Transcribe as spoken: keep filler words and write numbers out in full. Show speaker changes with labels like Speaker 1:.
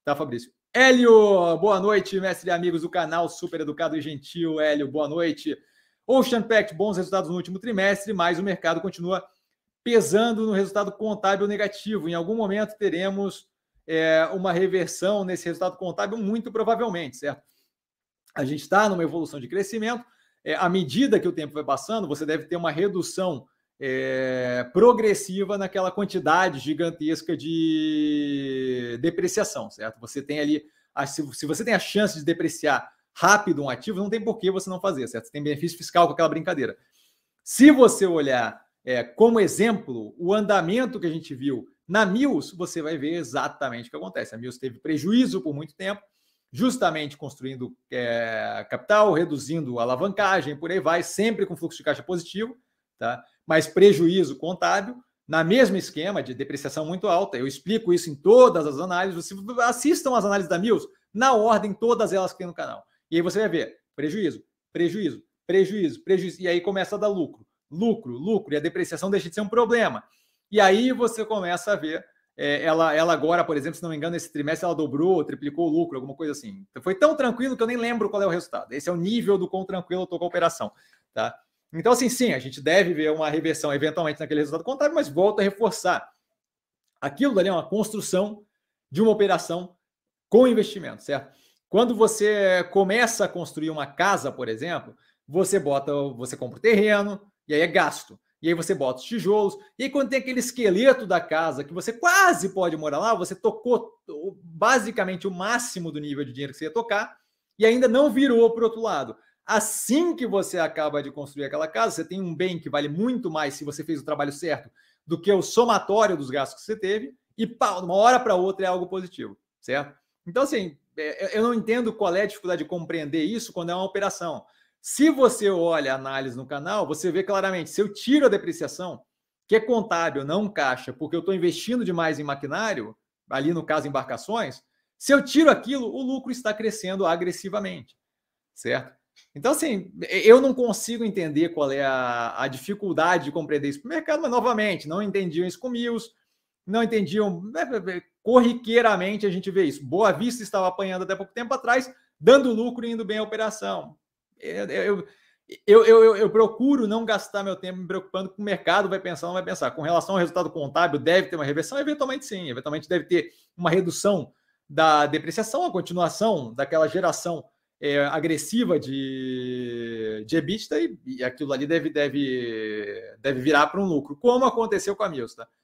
Speaker 1: Tá, Fabrício? Hélio, boa noite, mestre e amigos do canal Super Educado e Gentil. Hélio, boa noite. Ocean Pact, bons resultados no último trimestre, mas o mercado continua pesando no resultado contábil negativo. Em algum momento teremos é, uma reversão nesse resultado contábil, muito provavelmente, certo? A gente está numa evolução de crescimento. É, à medida que o tempo vai passando, você deve ter uma redução é, progressiva naquela quantidade gigantesca de depreciação, certo? Você tem ali, se, se você tem a chance de depreciar rápido um ativo, não tem por que você não fazer, certo? Você tem benefício fiscal com aquela brincadeira. Se você olhar é, como exemplo o andamento que a gente viu na Mills, você vai ver exatamente o que acontece. A Mills teve prejuízo por muito tempo, justamente construindo é, capital, reduzindo a alavancagem, por aí vai, sempre com fluxo de caixa positivo, tá? Mas prejuízo contábil, na mesma esquema de depreciação muito alta. Eu explico isso em todas as análises. Você assistam as análises da Mills na ordem, todas elas que tem no canal. E aí você vai ver prejuízo, prejuízo, prejuízo, prejuízo. E aí começa a dar lucro, lucro, lucro. E a depreciação deixa de ser um problema. E aí você começa a ver é, ela, ela agora, por exemplo, se não me engano, esse trimestre ela dobrou, triplicou o lucro, alguma coisa assim. Foi tão tranquilo que eu nem lembro qual é o resultado. Esse é o nível do quão tranquilo eu estou com a operação, tá? Então, assim, sim, a gente deve ver uma reversão eventualmente naquele resultado contábil, mas volta a reforçar. Aquilo dali é uma construção de uma operação com investimento, certo? Quando você começa a construir uma casa, por exemplo, você bota, você compra o terreno, e aí é gasto. E aí você bota os tijolos, e aí quando tem aquele esqueleto da casa que você quase pode morar lá, você tocou basicamente o máximo do nível de dinheiro que você ia tocar, e ainda não virou para o outro lado. Assim que você acaba de construir aquela casa, você tem um bem que vale muito mais se você fez o trabalho certo do que o somatório dos gastos que você teve, e pá, de uma hora para outra é algo positivo, certo? Então, assim, eu não entendo qual é a dificuldade de compreender isso quando é uma operação. Se você olha a análise no canal, você vê claramente, se eu tiro a depreciação, que é contábil, não caixa, porque eu estou investindo demais em maquinário, ali no caso embarcações, se eu tiro aquilo, o lucro está crescendo agressivamente, certo? Então, assim, eu não consigo entender qual é a, a dificuldade de compreender isso para o mercado, mas, novamente, não entendiam isso com Mills, não entendiam, corriqueiramente a gente vê isso. Boa Vista estava apanhando até pouco tempo atrás, dando lucro e indo bem a operação. Eu, eu, eu, eu, eu procuro não gastar meu tempo me preocupando com o mercado vai pensar ou não vai pensar. Com relação ao resultado contábil, deve ter uma reversão? Eventualmente sim, eventualmente deve ter uma redução da depreciação, a continuação daquela geração é, agressiva de, de EBITDA e, e aquilo ali deve, deve, deve virar para um lucro, como aconteceu com a Mills, tá?